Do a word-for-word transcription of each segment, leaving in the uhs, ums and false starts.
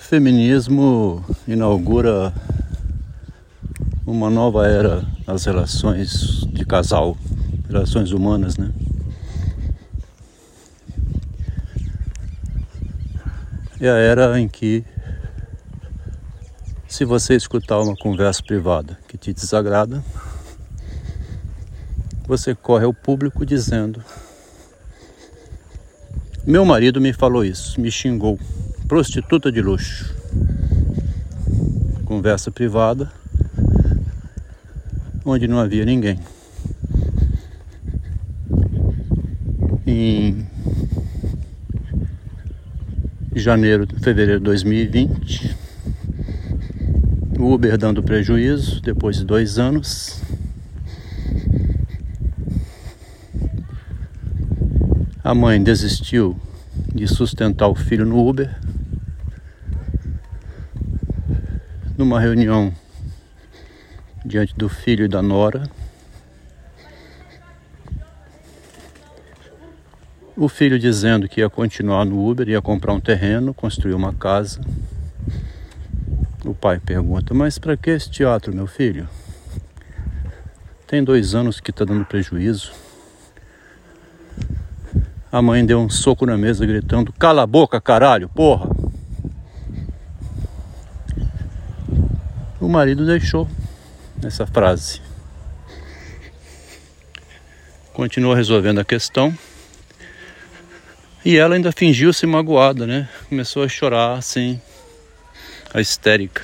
feminismo inaugura uma nova era nas relações de casal, relações humanas, né? É a era em que, se você escutar uma conversa privada que te desagrada, você corre ao público dizendo: meu marido me falou isso, me xingou, prostituta de luxo. Conversa privada, onde não havia ninguém. Em janeiro, fevereiro de dois mil e vinte, o Uber dando prejuízo depois de dois anos. A mãe desistiu de sustentar o filho no Uber. Numa reunião diante do filho e da nora, o filho dizendo que ia continuar no Uber, ia comprar um terreno, construir uma casa. O pai pergunta: mas para que esse teatro, meu filho? Tem dois anos que está dando prejuízo. A mãe deu um soco na mesa gritando: cala a boca, caralho, porra! O marido deixou essa frase. Continuou resolvendo a questão. E ela ainda fingiu-se magoada, né? Começou a chorar assim, a histérica.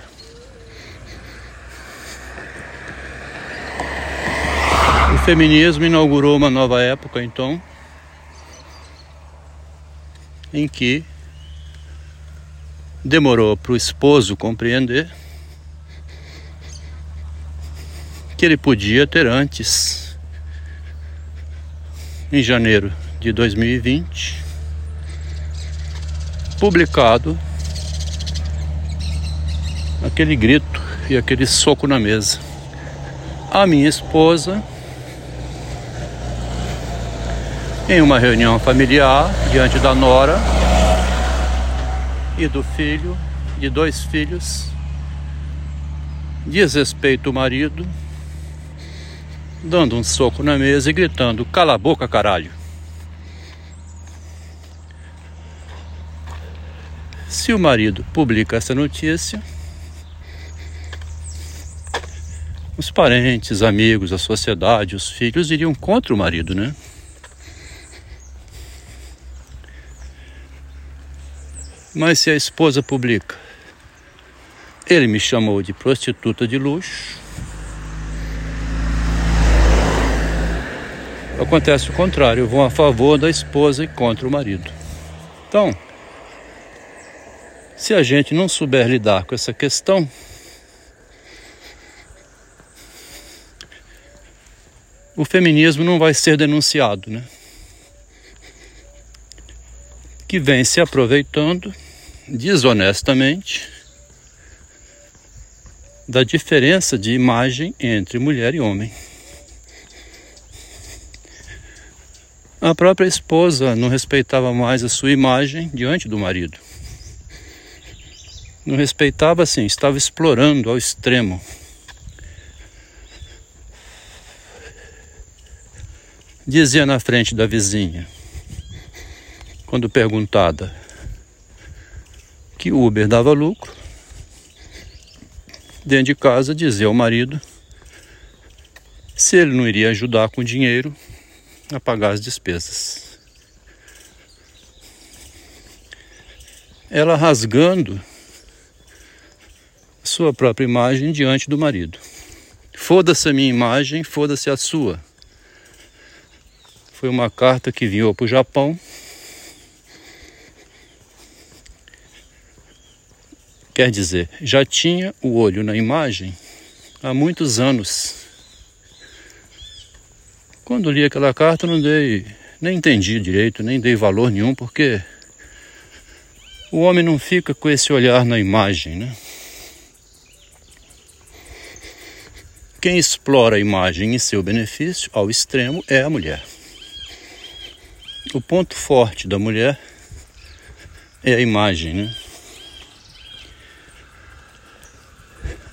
O feminismo inaugurou uma nova época, então, em que demorou para o esposo compreender que ele podia ter antes, em janeiro de dois mil e vinte, publicado aquele grito e aquele soco na mesa: a minha esposa, em uma reunião familiar, diante da nora e do filho, de dois filhos, desrespeita o marido, dando um soco na mesa e gritando: cala a boca, caralho. Se o marido publica essa notícia, os parentes, amigos, a sociedade, os filhos iriam contra o marido, né? Mas se a esposa publica: ele me chamou de prostituta de luxo, acontece o contrário, vão a favor da esposa e contra o marido. Então, se a gente não souber lidar com essa questão, o feminismo não vai ser denunciado, né? Que vem se aproveitando desonestamente da diferença de imagem entre mulher e homem. A própria esposa não respeitava mais a sua imagem diante do marido. Não respeitava, assim, estava explorando ao extremo. Dizia na frente da vizinha, quando perguntada, que o Uber dava lucro. Dentro de casa dizia ao marido se ele não iria ajudar com dinheiro a pagar as despesas. Ela rasgando sua própria imagem diante do marido. Foda-se a minha imagem, foda-se a sua. Foi uma carta que enviou para o Japão. Quer dizer, já tinha o olho na imagem há muitos anos. Quando li aquela carta, não dei, nem entendi direito, nem dei valor nenhum, porque o homem não fica com esse olhar na imagem, né? Quem explora a imagem em seu benefício, ao extremo, é a mulher. O ponto forte da mulher é a imagem, né?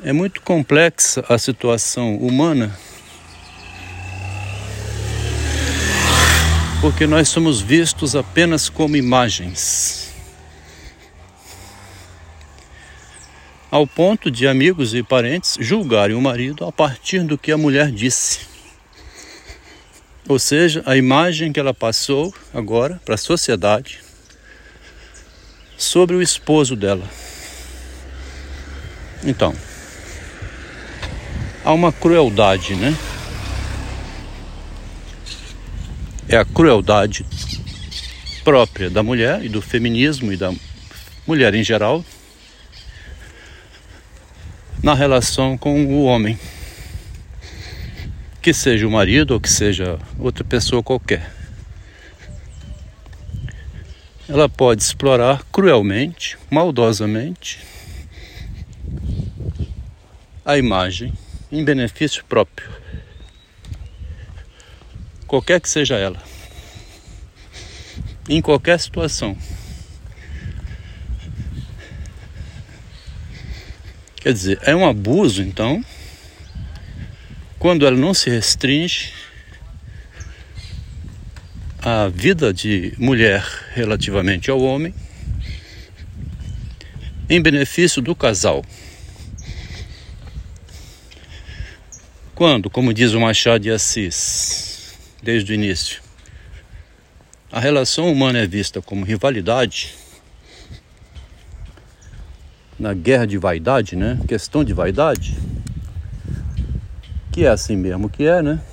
É muito complexa a situação humana, porque nós somos vistos apenas como imagens, ao ponto de amigos e parentes julgarem o marido a partir do que a mulher disse. Ou seja, a imagem que ela passou agora para a sociedade sobre o esposo dela. Então, há uma crueldade, né? É a crueldade própria da mulher e do feminismo e da mulher em geral na relação com o homem, que seja o marido ou que seja outra pessoa qualquer. Ela pode explorar cruelmente, maldosamente, a imagem em benefício próprio, qualquer que seja ela, em qualquer situação. Quer dizer, é um abuso, então, quando ela não se restringe à vida de mulher relativamente ao homem, em benefício do casal. Quando, como diz o Machado de Assis, desde o início, a relação humana é vista como rivalidade, na guerra de vaidade, né? Questão de vaidade, que é assim mesmo que é, né?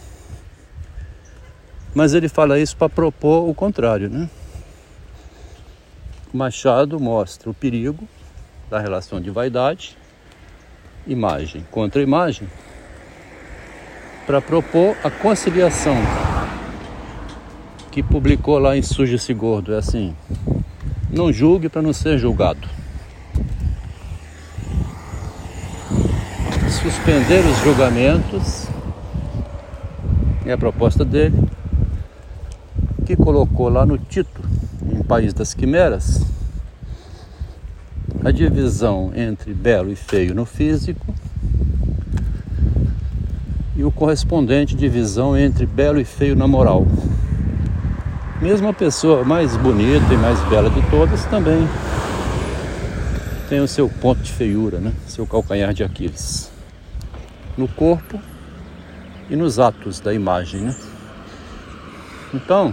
Mas ele fala isso para propor o contrário, né? O Machado mostra o perigo da relação de vaidade, imagem contra imagem, para propor a conciliação, que publicou lá em Suja-se Gordo. É assim: não julgue para não ser julgado. Suspender os julgamentos é a proposta dele, que colocou lá no Tito, em País das Quimeras, a divisão entre belo e feio no físico e o correspondente divisão entre belo e feio na moral. Mesmo a pessoa mais bonita e mais bela de todas também tem o seu ponto de feiura, né? Seu calcanhar de Aquiles, no corpo e nos atos da imagem, né? Então,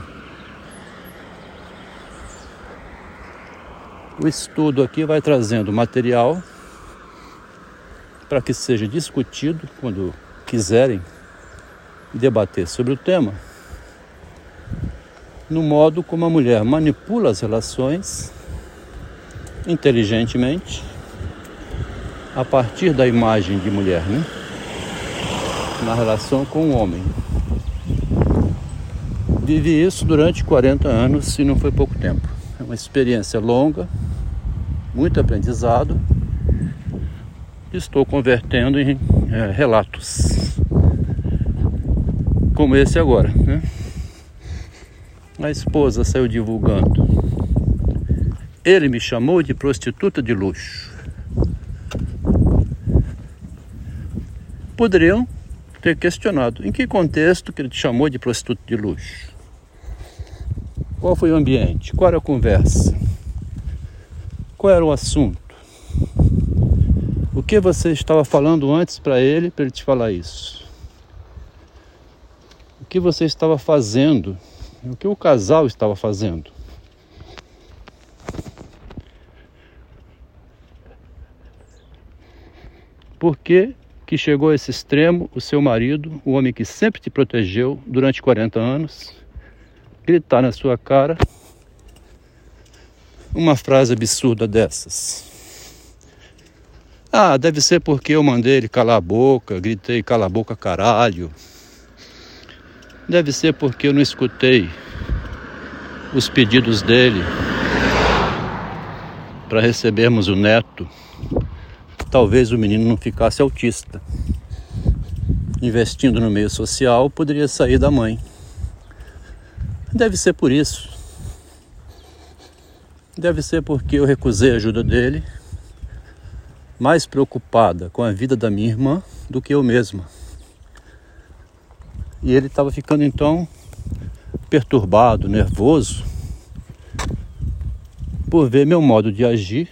o estudo aqui vai trazendo material para que seja discutido quando quiserem debater sobre o tema, no modo como a mulher manipula as relações inteligentemente a partir da imagem de mulher, né? Na relação com o homem. Vivi isso durante quarenta anos e não foi pouco tempo. É uma experiência longa, muito aprendizado. Estou convertendo em é, relatos como esse agora, né? A esposa saiu divulgando: ele me chamou de prostituta de luxo. Poderiam ter questionado: em que contexto que ele te chamou de prostituta de luxo? Qual foi o ambiente? Qual era a conversa? Qual era o assunto? O que você estava falando antes para ele, para ele te falar isso? O que você estava fazendo? O que o casal estava fazendo? Por que que chegou a esse extremo o seu marido, o homem que sempre te protegeu durante quarenta anos, gritar na sua cara uma frase absurda dessas? Ah, deve ser porque eu mandei ele calar a boca, gritei cala a boca caralho. Deve ser porque eu não escutei os pedidos dele para recebermos o neto. Talvez o menino não ficasse autista. Investindo no meio social, poderia sair da mãe. Deve ser por isso. Deve ser porque eu recusei a ajuda dele mais preocupada com a vida da minha irmã do que eu mesma. E ele estava ficando então perturbado, nervoso, por ver meu modo de agir,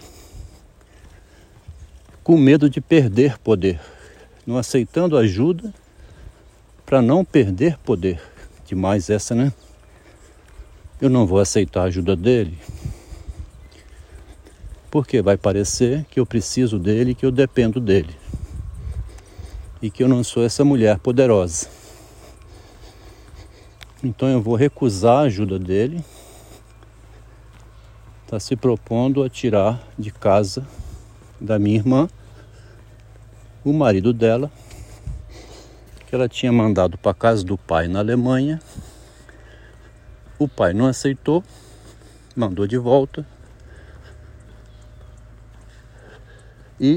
com medo de perder poder, não aceitando ajuda para não perder poder. Demais essa, né? Eu não vou aceitar a ajuda dele, porque vai parecer que eu preciso dele, que eu dependo dele, e que eu não sou essa mulher poderosa. Então eu vou recusar a ajuda dele. Está se propondo a tirar de casa da minha irmã o marido dela, que ela tinha mandado para a casa do pai na Alemanha. O pai não aceitou, mandou de volta. E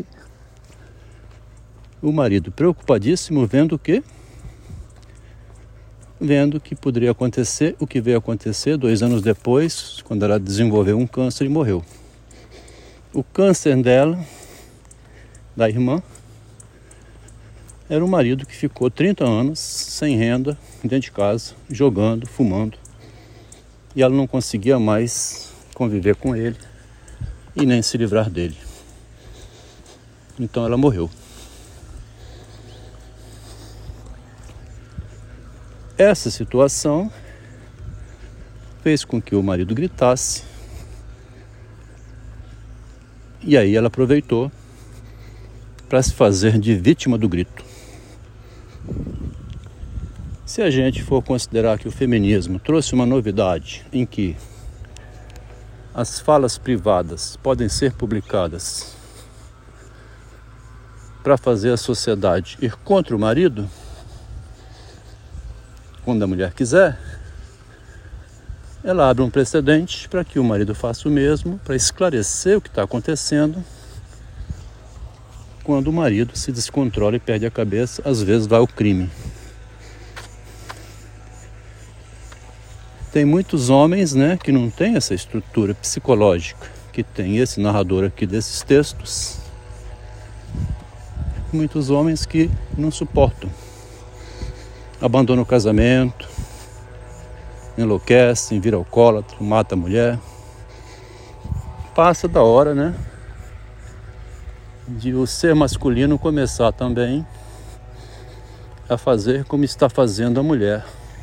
o marido, preocupadíssimo, vendo o quê? Vendo que poderia acontecer o que veio acontecer dois anos depois, quando ela desenvolveu um câncer e morreu. O câncer dela, da irmã, era um marido que ficou trinta anos sem renda, dentro de casa, jogando, fumando. E ela não conseguia mais conviver com ele e nem se livrar dele. Então ela morreu. Essa situação fez com que o marido gritasse. E aí ela aproveitou para se fazer de vítima do grito. Se a gente for considerar que o feminismo trouxe uma novidade em que as falas privadas podem ser publicadas para fazer a sociedade ir contra o marido, quando a mulher quiser, ela abre um precedente para que o marido faça o mesmo, para esclarecer o que está acontecendo. Quando o marido se descontrola e perde a cabeça, às vezes vai ao crime. Tem muitos homens, né, que não têm essa estrutura psicológica que tem esse narrador aqui desses textos. Muitos homens que não suportam. Abandona o casamento, enlouquece, vira alcoólatra, mata a mulher. Passa da hora, né, de o ser masculino começar também a fazer como está fazendo a mulher,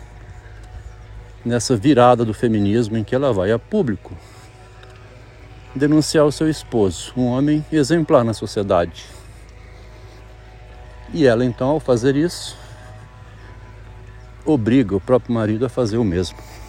nessa virada do feminismo em que ela vai a público denunciar o seu esposo, um homem exemplar na sociedade. E ela então, ao fazer isso, obriga o próprio marido a fazer o mesmo.